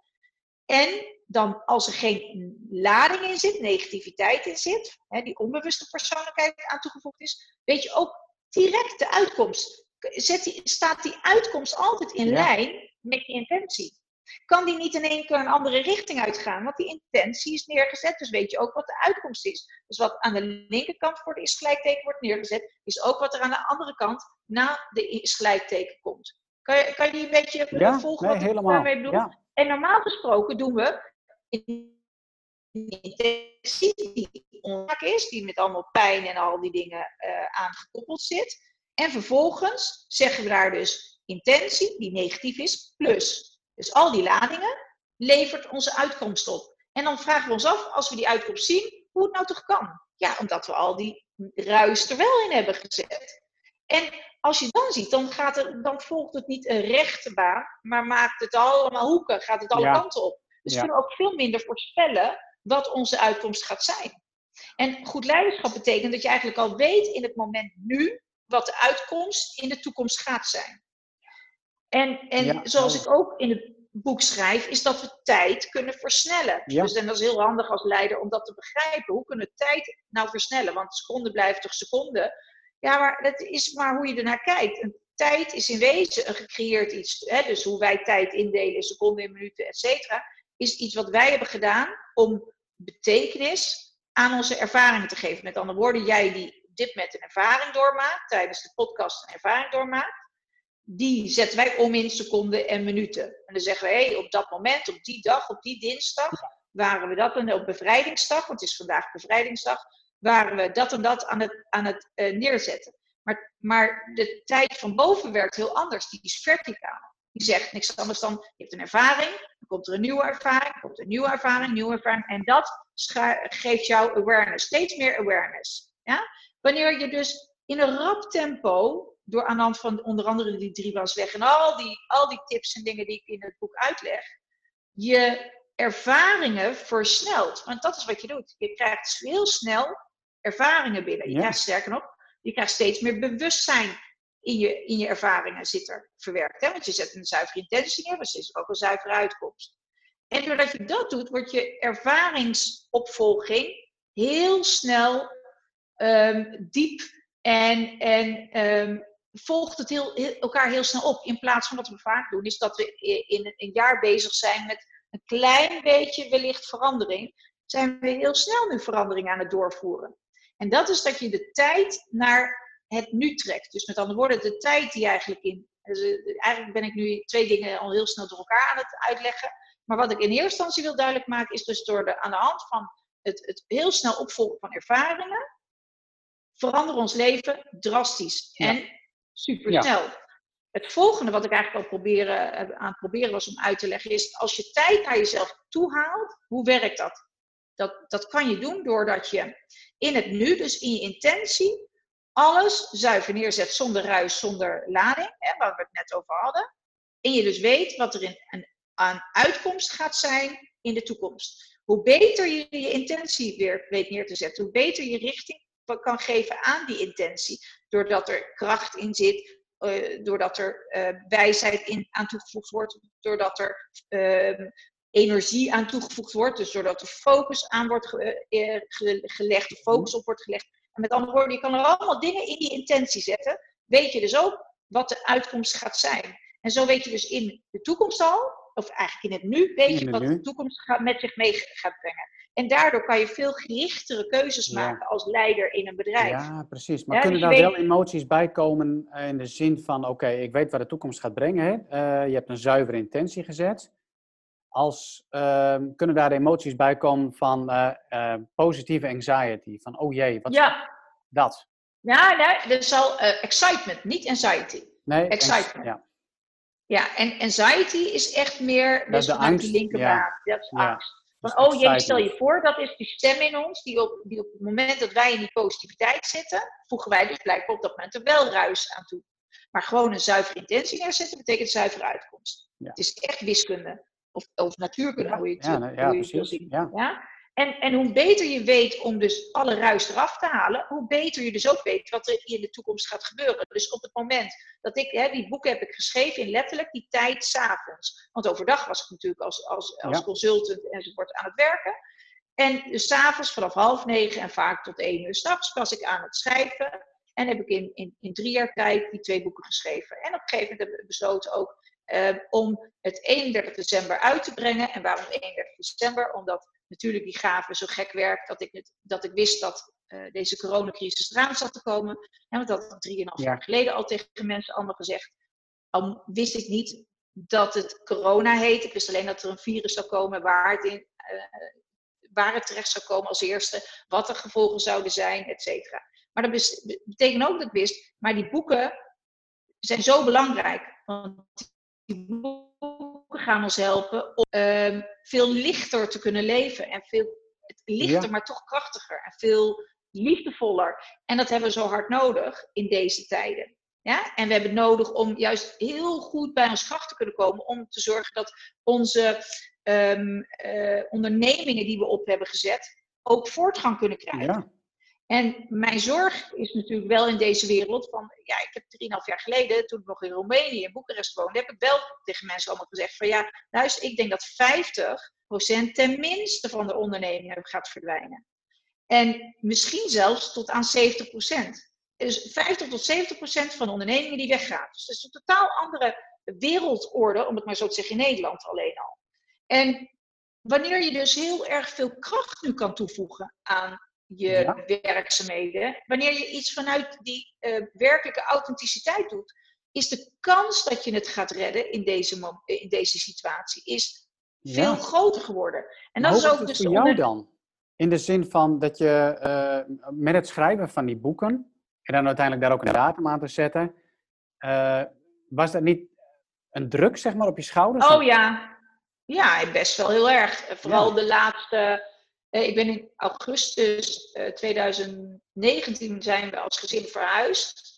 En dan als er geen lading in zit, negativiteit in zit, hè, die onbewuste persoonlijkheid aan toegevoegd is, weet je ook direct de uitkomst. Zet die, staat die uitkomst altijd in Ja. lijn met je intentie? Kan die niet in één keer een andere richting uitgaan? Want die intentie is neergezet, dus weet je ook wat de uitkomst is. Dus wat aan de linkerkant voor de is gelijkteken wordt neergezet, is ook wat er aan de andere kant na de is gelijkteken komt. Kan je, kan je een beetje Ja, volgen nee, wat ik helemaal. daarmee bedoel? Ja. En normaal gesproken doen we in intentie die onraak is, die met allemaal pijn en al die dingen uh, aangekoppeld zit. En vervolgens zeggen we daar dus intentie, die negatief is, plus. Dus al die ladingen levert onze uitkomst op. En dan vragen we ons af, als we die uitkomst zien, hoe het nou toch kan. Ja, omdat we al die ruis er wel in hebben gezet. En als je dan ziet, dan, gaat het, dan volgt het niet een rechte baan, maar maakt het allemaal hoeken, gaat het alle Ja. kanten op. Dus Ja. kunnen we ook veel minder voorspellen wat onze uitkomst gaat zijn. En goed leiderschap betekent dat je eigenlijk al weet in het moment nu wat de uitkomst in de toekomst gaat zijn. En, en Ja, zoals helder. ik ook in het boek schrijf, is dat we tijd kunnen versnellen. Ja. Dus en dat is heel handig als leider om dat te begrijpen. Hoe kunnen we tijd nou versnellen? Want seconden blijven toch seconden. Ja, maar dat is maar hoe je ernaar kijkt. En tijd is in wezen een gecreëerd iets. Hè? Dus hoe wij tijd indelen in seconden, in minuten, et cetera, is iets wat wij hebben gedaan om betekenis aan onze ervaringen te geven. Met andere woorden, jij die dit met een ervaring doormaakt, tijdens de podcast een ervaring doormaakt, die zetten wij om in seconden en minuten. En dan zeggen we, hé, hey, op dat moment, op die dag, op die dinsdag, waren we dat en op bevrijdingsdag, want het is vandaag bevrijdingsdag, waren we dat en dat aan het, aan het uh, neerzetten. Maar, maar de tijd van boven werkt heel anders, die is verticaal. Die zegt niks anders dan, je hebt een ervaring, dan komt er een nieuwe ervaring, dan komt er een nieuwe ervaring, een nieuwe ervaring. En dat scha- geeft jou awareness, steeds meer awareness. Ja? Wanneer je dus in een rap tempo, door aan de hand van onder andere die drie wasweg en al die, al die tips en dingen die ik in het boek uitleg, je ervaringen versnelt. Want dat is wat je doet. Je krijgt heel snel ervaringen binnen. Je Ja. krijgt sterker nog, je krijgt steeds meer bewustzijn in je, in je ervaringen zit er verwerkt. Hè? Want je zet een zuivere intentie neer, maar er is ook een zuivere uitkomst. En doordat je dat doet, wordt je ervaringsopvolging heel snel um, diep en, en um, volgt het heel, heel, elkaar heel snel op. In plaats van wat we vaak doen, is dat we in een jaar bezig zijn met een klein beetje wellicht verandering. Zijn we heel snel nu verandering aan het doorvoeren. En dat is dat je de tijd naar het nu trekt. Dus met andere woorden, de tijd die eigenlijk in... Dus eigenlijk ben ik nu twee dingen al heel snel door elkaar aan het uitleggen. Maar wat ik in eerste instantie wil duidelijk maken, is dus door de, aan de hand van het, het heel snel opvolgen van ervaringen, veranderen ons leven drastisch Ja. en supersnel. Ja. Het volgende wat ik eigenlijk al proberen, aan het proberen was om uit te leggen, is als je tijd naar jezelf toe haalt, hoe werkt dat? Dat, dat kan je doen doordat je in het nu, dus in je intentie, alles zuiver neerzet zonder ruis, zonder lading, hè, waar we het net over hadden. En je dus weet wat er in een, aan uitkomst gaat zijn in de toekomst. Hoe beter je je intentie weer weet neer te zetten, hoe beter je richting kan geven aan die intentie. Doordat er kracht in zit, uh, doordat er uh, wijsheid in, aan toegevoegd wordt, doordat er uh, energie aan toegevoegd wordt, dus doordat er focus aan wordt ge, uh, ge, gelegd, de focus op wordt gelegd. En met andere woorden, je kan er allemaal dingen in die intentie zetten. Weet je dus ook wat de uitkomst gaat zijn. En zo weet je dus in de toekomst al, of eigenlijk in het nu, weet je wat nu. de toekomst gaat, met zich mee gaat brengen. En daardoor kan je veel gerichtere keuzes ja. maken als leider in een bedrijf. Ja, precies. Maar ja, kunnen dus daar weet... wel emoties bij komen in de zin van, oké, okay, ik weet wat de toekomst gaat brengen. Hè? Uh, je hebt een zuivere intentie gezet. Als, uh, kunnen daar emoties bij komen van uh, uh, positieve anxiety? Van, oh jee, wat ja. is dat? Ja, nee, dat is al uh, excitement, niet anxiety. Nee, excitement. Ja. Ja, en anxiety is echt meer dus vanuit angst. Die linkerbaan. Ja. Dat is ja. angst. Van, oh jee, stel je voor, dat is die stem in ons, die op, die op het moment dat wij in die positiviteit zitten, voegen wij dus blijkbaar op dat moment er wel ruis aan toe. Maar gewoon een zuivere intentie neerzetten, betekent zuivere uitkomst. Ja. Het is echt wiskunde. Of, of natuurkunde, ja. hoe je het, ja, nee, ja, hoe je het wil zien. Ja. Ja? En, en hoe beter je weet om dus alle ruis eraf te halen, hoe beter je dus ook weet wat er in de toekomst gaat gebeuren. Dus op het moment dat ik, hè, die boeken heb ik geschreven in letterlijk die tijd 's avonds. Want overdag was ik natuurlijk als, als, als ja. consultant enzovoort aan het werken. En dus 's avonds vanaf half negen en vaak tot één uur 's nachts was ik aan het schrijven. En heb ik in, in, in drie jaar tijd die twee boeken geschreven. En op een gegeven moment hebben we besloten ook uh, om het eenendertig december uit te brengen. En waarom eenendertig december? Omdat natuurlijk die gave zo gek werkt dat ik, het, dat ik wist dat uh, deze coronacrisis eraan zat te komen. En want dat had drieënhalf Ja. jaar geleden al tegen mensen allemaal gezegd. Al wist ik niet dat het corona heet. Ik wist alleen dat er een virus zou komen waar het, in, uh, waar het terecht zou komen als eerste. Wat de gevolgen zouden zijn, et cetera. Maar dat betekent ook dat ik wist, maar die boeken zijn zo belangrijk. Want die boeken gaan ons helpen om uh, veel lichter te kunnen leven. En veel lichter, ja. maar toch krachtiger. En veel liefdevoller. En dat hebben we zo hard nodig in deze tijden. Ja? En we hebben het nodig om juist heel goed bij ons kracht te kunnen komen. Om te zorgen dat onze um, uh, ondernemingen die we op hebben gezet ook voortgang kunnen krijgen. Ja. En mijn zorg is natuurlijk wel in deze wereld van, ja, ik heb drieënhalf jaar geleden, toen ik nog in Roemenië, in Boekarest woonde, heb ik wel tegen mensen allemaal gezegd van, ja, luister, ik denk dat vijftig procent tenminste van de ondernemingen gaat verdwijnen. En misschien zelfs tot aan zeventig procent. Dus vijftig tot zeventig procent van de ondernemingen die weggaan. Dus dat is een totaal andere wereldorde, om het maar zo te zeggen, in Nederland alleen al. En wanneer je dus heel erg veel kracht nu kan toevoegen aan je ja. werkzaamheden, wanneer je iets vanuit die uh, werkelijke authenticiteit doet, is de kans dat je het gaat redden in deze, in deze situatie is veel ja. groter geworden. En maar dat hoe is ook is het dus voor jou onder... dan? In de zin van dat je uh, met het schrijven van die boeken en dan uiteindelijk daar ook een datum aan te zetten, uh, was dat niet een druk, zeg maar, op je schouders? Oh ja, ja, best wel heel erg. Vooral ja. de laatste. Ik ben in augustus twintig negentien zijn we als gezin verhuisd.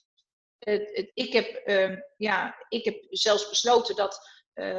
Ik heb, ja, ik heb zelfs besloten dat,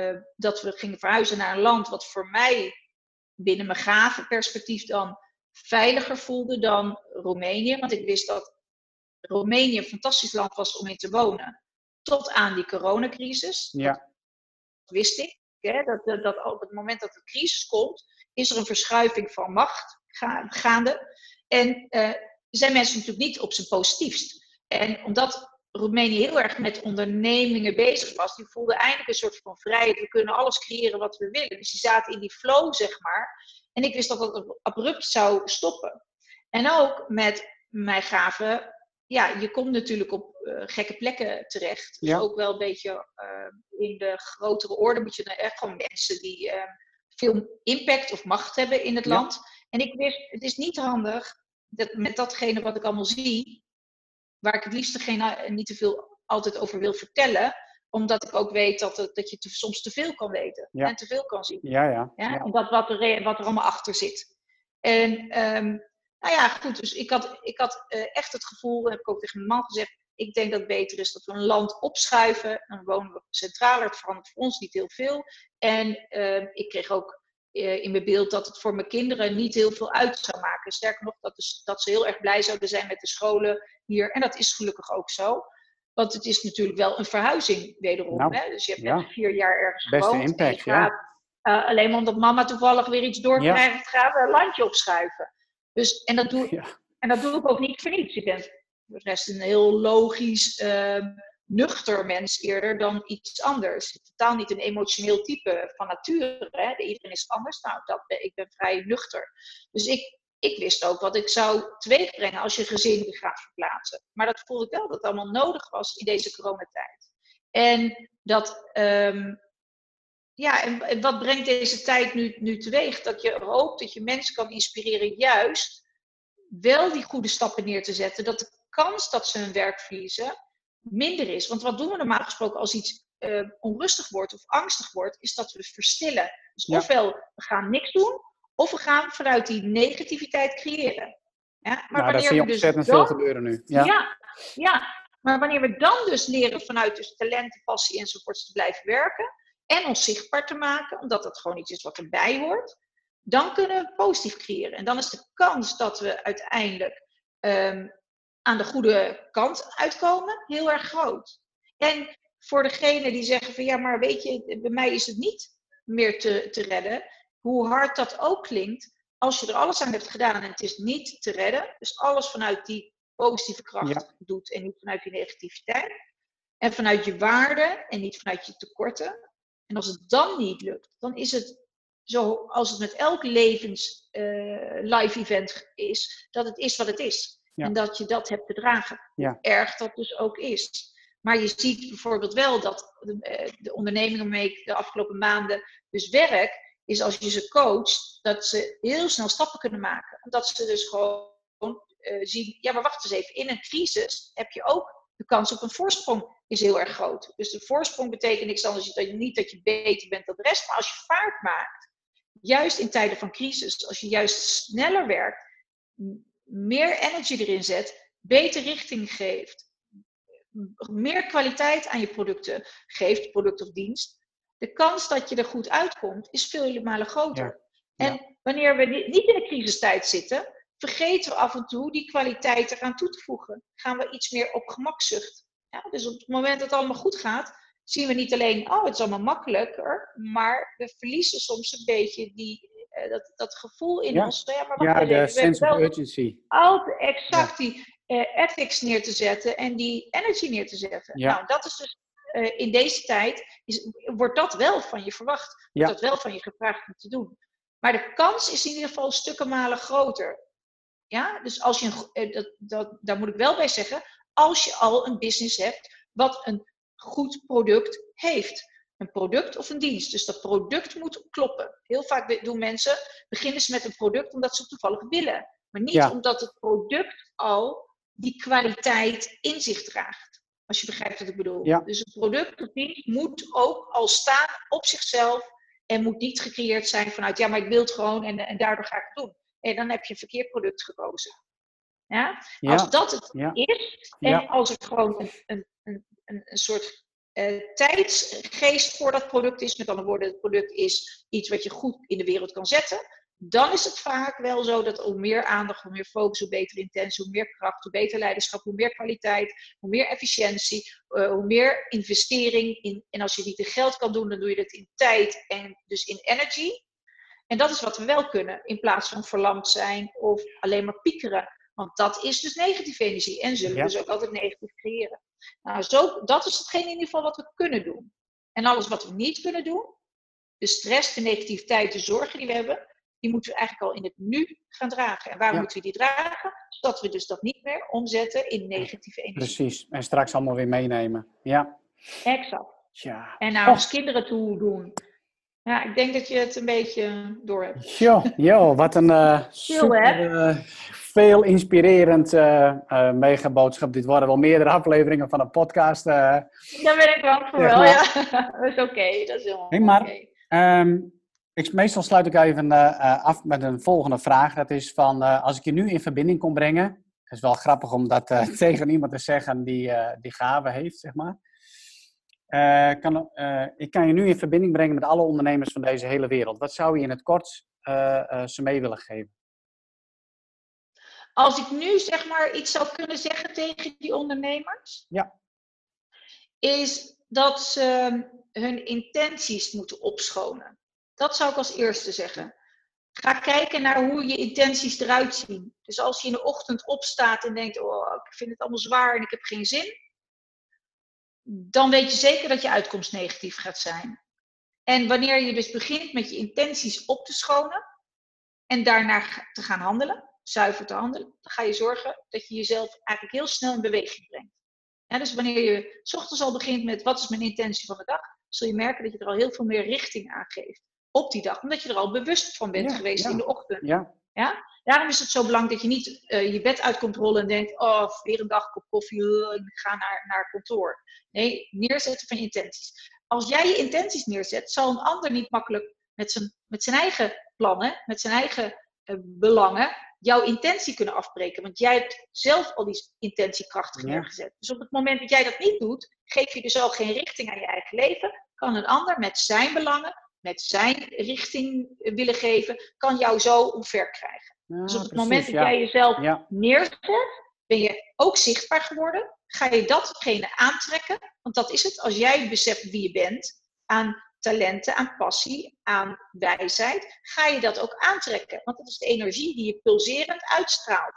dat we gingen verhuizen naar een land wat voor mij binnen mijn gave perspectief dan veiliger voelde dan Roemenië. Want ik wist dat Roemenië een fantastisch land was om in te wonen. Tot aan die coronacrisis. Ja. Dat wist ik. Hè, dat, dat, dat op het moment dat de crisis komt, is er een verschuiving van macht ga, gaande. En uh, zijn mensen natuurlijk niet op zijn positiefst. En omdat Roemenië heel erg met ondernemingen bezig was, die voelden eindelijk een soort van vrijheid. We kunnen alles creëren wat we willen. Dus die zaten in die flow, zeg maar. En ik wist dat dat abrupt zou stoppen. En ook met mijn gave, ja, je komt natuurlijk op uh, gekke plekken terecht. Dus ja. ook wel een beetje uh, in de grotere orde moet je dan echt gewoon mensen die uh, veel impact of macht hebben in het ja. land. En ik wist, het is niet handig dat met datgene wat ik allemaal zie, waar ik het liefst geen, niet te veel altijd over wil vertellen, omdat ik ook weet dat, het, dat je te, soms te veel kan weten ja. en te veel kan zien. Ja, ja. Ja? ja. En dat wat er, wat er allemaal achter zit. En um, nou ja, goed, dus ik had, ik had uh, echt het gevoel, dat heb ik ook tegen mijn man gezegd, ik denk dat het beter is dat we een land opschuiven. Dan wonen we centraler, het verandert voor ons niet heel veel. En uh, ik kreeg ook uh, in mijn beeld dat het voor mijn kinderen niet heel veel uit zou maken. Sterker nog, dat, is, dat ze heel erg blij zouden zijn met de scholen hier. En dat is gelukkig ook zo. Want het is natuurlijk wel een verhuizing wederom. Nou, hè? Dus je hebt ja. net vier jaar ergens Beste gewoond. impact, en gaat, ja. uh, alleen maar omdat mama toevallig weer iets doorkrijgt, ja. gaan we een landje opschuiven. Dus, en, dat doe, ja. en dat doe ik ook niet voor niets. Je bent voor de rest een heel logisch, uh, nuchter mens eerder dan iets anders. Totaal niet een emotioneel type van nature. Hè? Iedereen is anders. Nou, dat ben, ik ben vrij nuchter. Dus ik, ik wist ook wat ik zou teweegbrengen als je gezin gaat verplaatsen. Maar dat voelde ik wel dat het allemaal nodig was in deze coronatijd. En dat... Um, Ja, en wat brengt deze tijd nu, nu teweeg? Dat je hoopt dat je mensen kan inspireren juist wel die goede stappen neer te zetten. Dat de kans dat ze hun werk verliezen minder is. Want wat doen we normaal gesproken als iets uh, onrustig wordt of angstig wordt, is dat we verstillen. Dus ja. ofwel we gaan niks doen, of we gaan vanuit die negativiteit creëren. Ja, maar nou, wanneer dat zie je we ontzettend dus veel dan, gebeuren nu. Ja. Ja, ja, maar wanneer we dan dus leren vanuit dus talenten, passie enzovoorts te blijven werken, en ons zichtbaar te maken, omdat dat gewoon iets is wat erbij hoort, dan kunnen we positief creëren. En dan is de kans dat we uiteindelijk um, aan de goede kant uitkomen heel erg groot. En voor degenen die zeggen van ja, maar weet je, bij mij is het niet meer te, te redden, hoe hard dat ook klinkt, als je er alles aan hebt gedaan en het is niet te redden, dus alles vanuit die positieve kracht Ja. doet en niet vanuit je negativiteit. En vanuit je waarde en niet vanuit je tekorten. En als het dan niet lukt, dan is het zo als het met elk levens uh, live event is, dat het is wat het is. Ja. En dat je dat hebt te dragen. Ja. Hoe erg dat dus ook is. Maar je ziet bijvoorbeeld wel dat de, de ondernemingen waarmee ik de afgelopen maanden dus werk, is als je ze coacht, dat ze heel snel stappen kunnen maken. Omdat ze dus gewoon uh, zien, ja maar wacht eens even, in een crisis heb je ook de kans op een voorsprong is heel erg groot. Dus de voorsprong betekent niks anders dan niet dat je beter bent dan de rest, maar als je vaart maakt, juist in tijden van crisis, als je juist sneller werkt, meer energy erin zet, beter richting geeft, meer kwaliteit aan je producten geeft, product of dienst, de kans dat je er goed uitkomt is vele malen groter. Ja. Ja. En wanneer we niet in een crisistijd zitten, vergeten we af en toe die kwaliteit eraan toe te voegen. Gaan we iets meer op gemakzucht. Ja, dus op het moment dat het allemaal goed gaat, zien we niet alleen, oh het is allemaal makkelijker, maar we verliezen soms een beetje die, uh, dat, dat gevoel in ja. ons. Ja, maar ja, de even, sense of urgency. Altijd exact ja. die uh, ethics neer te zetten en die energy neer te zetten. Ja. Nou, dat is dus uh, in deze tijd, is, wordt dat wel van je verwacht. Wordt ja. dat wel van je gevraagd om te doen. Maar de kans is in ieder geval stukken malen groter. Ja, dus als je, uh, dat, dat, daar moet ik wel bij zeggen, als je al een business hebt wat een goed product heeft. Een product of een dienst. Dus dat product moet kloppen. Heel vaak doen mensen, beginnen ze met een product omdat ze het toevallig willen. Maar niet ja. omdat het product al die kwaliteit in zich draagt. Als je begrijpt wat ik bedoel. Ja. Dus een product of dienst moet ook al staan op zichzelf. En moet niet gecreëerd zijn vanuit, ja maar ik wil het gewoon en, en daardoor ga ik het doen. En dan heb je een verkeerd product gekozen. Ja? Ja. Als dat het ja. is, en ja. als er gewoon een, een, een, een soort uh, tijdsgeest voor dat product is, met andere woorden, het product is iets wat je goed in de wereld kan zetten, dan is het vaak wel zo dat hoe meer aandacht, hoe meer focus, hoe beter intentie, hoe meer kracht, hoe beter leiderschap, hoe meer kwaliteit, hoe meer efficiëntie, uh, hoe meer investering in, en als je het niet in geld kan doen, dan doe je dat in tijd en dus in energy. En dat is wat we wel kunnen, in plaats van verlamd zijn of alleen maar piekeren. Want dat is dus negatieve energie en zullen we ja. dus ook altijd negatief creëren. Nou, zo, dat is hetgeen in ieder geval wat we kunnen doen. En alles wat we niet kunnen doen, de stress, de negativiteit, de zorgen die we hebben, die moeten we eigenlijk al in het nu gaan dragen. En waarom ja. moeten we die dragen? Zodat we dus dat niet meer omzetten in negatieve energie. Precies, en straks allemaal weer meenemen. Ja. Exact. Ja. En naar ons kinderen toe doen. Ja, ik denk dat je het een beetje door hebt. Jo, jo wat een uh, super, uh, veel inspirerend uh, uh, megaboodschap. Dit worden wel meerdere afleveringen van een podcast. Uh, Daar ben ik bang voor wel, ja. Dat is oké, okay, dat is helemaal hey, maar, oké. Okay. Um, ik, meestal sluit ik even uh, uh, af met een volgende vraag. Dat is van, uh, als ik je nu in verbinding kon brengen. Het is wel grappig om dat uh, tegen iemand te zeggen die uh, die gave heeft, zeg maar. Uh, kan, uh, ik kan je nu in verbinding brengen met alle ondernemers van deze hele wereld. Wat zou je in het kort uh, uh, ze mee willen geven? Als ik nu zeg maar iets zou kunnen zeggen tegen die ondernemers, ja. is dat ze hun intenties moeten opschonen. Dat zou ik als eerste zeggen. Ga kijken naar hoe je intenties eruit zien. Dus als je in de ochtend opstaat en denkt, oh, ik vind het allemaal zwaar en ik heb geen zin, dan weet je zeker dat je uitkomst negatief gaat zijn. En wanneer je dus begint met je intenties op te schonen en daarna te gaan handelen, zuiver te handelen, dan ga je zorgen dat je jezelf eigenlijk heel snel in beweging brengt. Ja, dus wanneer je 's ochtends al begint met wat is mijn intentie van de dag, zul je merken dat je er al heel veel meer richting aan geeft op die dag. Omdat je er al bewust van bent ja, geweest ja. in de ochtend. Ja. Ja? Daarom is het zo belangrijk dat je niet uh, je bed uit komt rollen en denkt, oh, weer een dag kop koffie, uh, ik ga naar, naar kantoor. Nee, neerzetten van je intenties. Als jij je intenties neerzet, zal een ander niet makkelijk met zijn, met zijn eigen plannen, met zijn eigen uh, belangen, jouw intentie kunnen afbreken. Want jij hebt zelf al die intentie krachtig ja. neergezet. Dus op het moment dat jij dat niet doet, geef je dus al geen richting aan je eigen leven. Kan een ander met zijn belangen, met zijn richting willen geven, kan jou zo omver krijgen. Ja, dus op het precies, moment dat ja. jij jezelf ja. neerzet, ben je ook zichtbaar geworden. Ga je datgene aantrekken, want dat is het. Als jij beseft wie je bent, aan talenten, aan passie, aan wijsheid, ga je dat ook aantrekken. Want dat is de energie die je pulserend uitstraalt.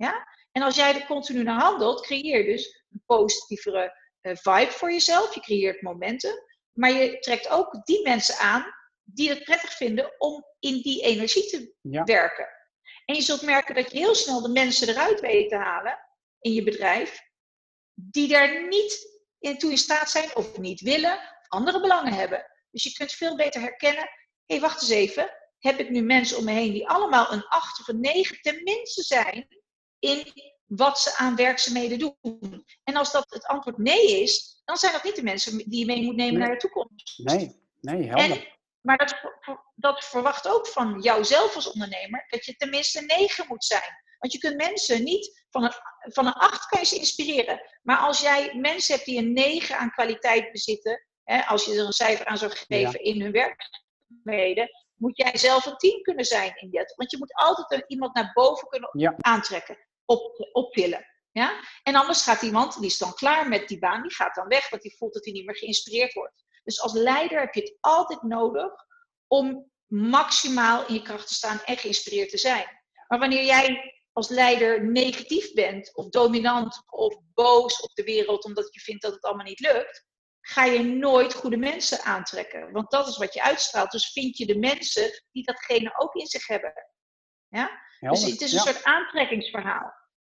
Ja? En als jij er continu naar handelt, creëer je dus een positievere uh, vibe voor jezelf. Je creëert momentum. Maar je trekt ook die mensen aan die het prettig vinden om in die energie te ja. werken. En je zult merken dat je heel snel de mensen eruit weet te halen in je bedrijf die daar niet in toe in staat zijn of niet willen, of andere belangen hebben. Dus je kunt veel beter herkennen, hé, hey, wacht eens even, heb ik nu mensen om me heen die allemaal een acht of een negen tenminste zijn in wat ze aan werkzaamheden doen. En als dat het antwoord nee is, dan zijn dat niet de mensen die je mee moet nemen nee. naar de toekomst. Nee, nee, helder. En, maar dat, dat verwacht ook van jouzelf als ondernemer, dat je tenminste een negen moet zijn. Want je kunt mensen niet, van een, van een acht kan je ze inspireren. Maar als jij mensen hebt die een negen aan kwaliteit bezitten, hè, als je er een cijfer aan zou geven ja. in hun werkzaamheden, moet jij zelf een tien kunnen zijn in dat. Want je moet altijd een, iemand naar boven kunnen ja. aantrekken, op, optillen. Ja? En anders gaat iemand, die is dan klaar met die baan, die gaat dan weg, want die voelt dat hij niet meer geïnspireerd wordt. Dus als leider heb je het altijd nodig om maximaal in je kracht te staan en geïnspireerd te zijn. Maar wanneer jij als leider negatief bent, of dominant, of boos op de wereld omdat je vindt dat het allemaal niet lukt, ga je nooit goede mensen aantrekken. Want dat is wat je uitstraalt. Dus vind je de mensen die datgene ook in zich hebben. Ja? Dus het is een ja. soort aantrekkingsverhaal.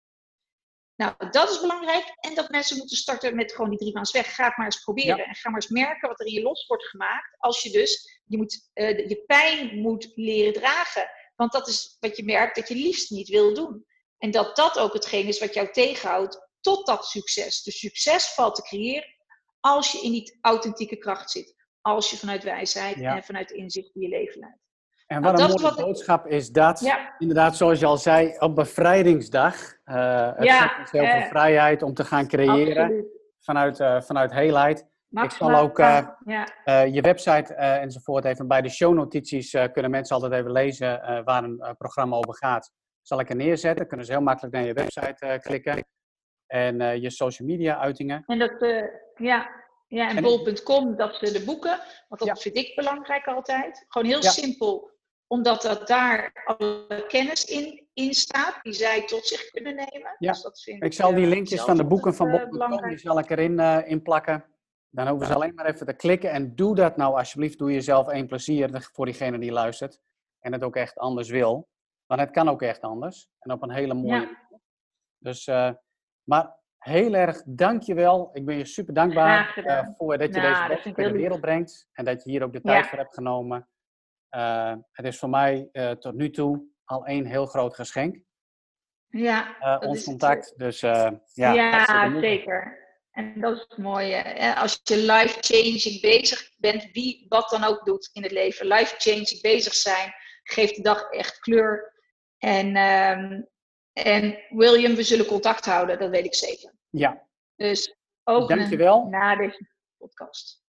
Nou, dat is belangrijk. En dat mensen moeten starten met gewoon die drie maanden weg. Ga het maar eens proberen. Ja. En ga maar eens merken wat er in je los wordt gemaakt. Als je dus, je, moet, uh, je pijn moet leren dragen. Want dat is wat je merkt dat je liefst niet wil doen. En dat dat ook hetgeen is wat jou tegenhoudt tot dat succes. Dus succes valt te creëren als je in die authentieke kracht zit. Als je vanuit wijsheid ja. en vanuit inzicht in je leven leidt. En wat nou, een mooie boodschap ik... is dat, ja. inderdaad zoals je al zei, op bevrijdingsdag. Uh, het ja, geeft ons heel uh, veel vrijheid om te gaan creëren vanuit, uh, vanuit heelheid. Max, ik zal ook uh, ja. uh, je website uh, enzovoort even bij de shownotities uh, kunnen mensen altijd even lezen uh, waar een uh, programma over gaat. Zal ik er neerzetten, kunnen ze heel makkelijk naar je website uh, klikken. En uh, je social media uitingen. En dat, uh, ja, ja, en, en bol punt com, dat ze de boeken, want dat ja. vind ik belangrijk altijd. Gewoon heel ja. simpel, omdat dat daar alle kennis in, in staat, die zij tot zich kunnen nemen. Ja. Dus dat vind ik zal die linkjes van de boeken van bol punt com, die zal ik erin uh, in plakken. Dan hoeven ze alleen maar even te klikken. En doe dat nou alsjeblieft, doe jezelf één plezier voor diegene die luistert. En het ook echt anders wil. Want het kan ook echt anders. En op een hele mooie ja. Dus, uh, maar heel erg dankjewel. Ik ben je super dankbaar uh, voor dat je nou, deze boodschap in de wereld brengt. En dat je hier ook de tijd ja. voor hebt genomen. Uh, het is voor mij uh, tot nu toe al één heel groot geschenk. Ja, uh, ons contact. Het. Dus uh, ja, ja zeker. En dat is het mooie. Als je life-changing bezig bent, wie wat dan ook doet in het leven. Life-changing bezig zijn, geeft de dag echt kleur. En, um, en William, we zullen contact houden, dat weet ik zeker. Ja. Dus ook na deze podcast.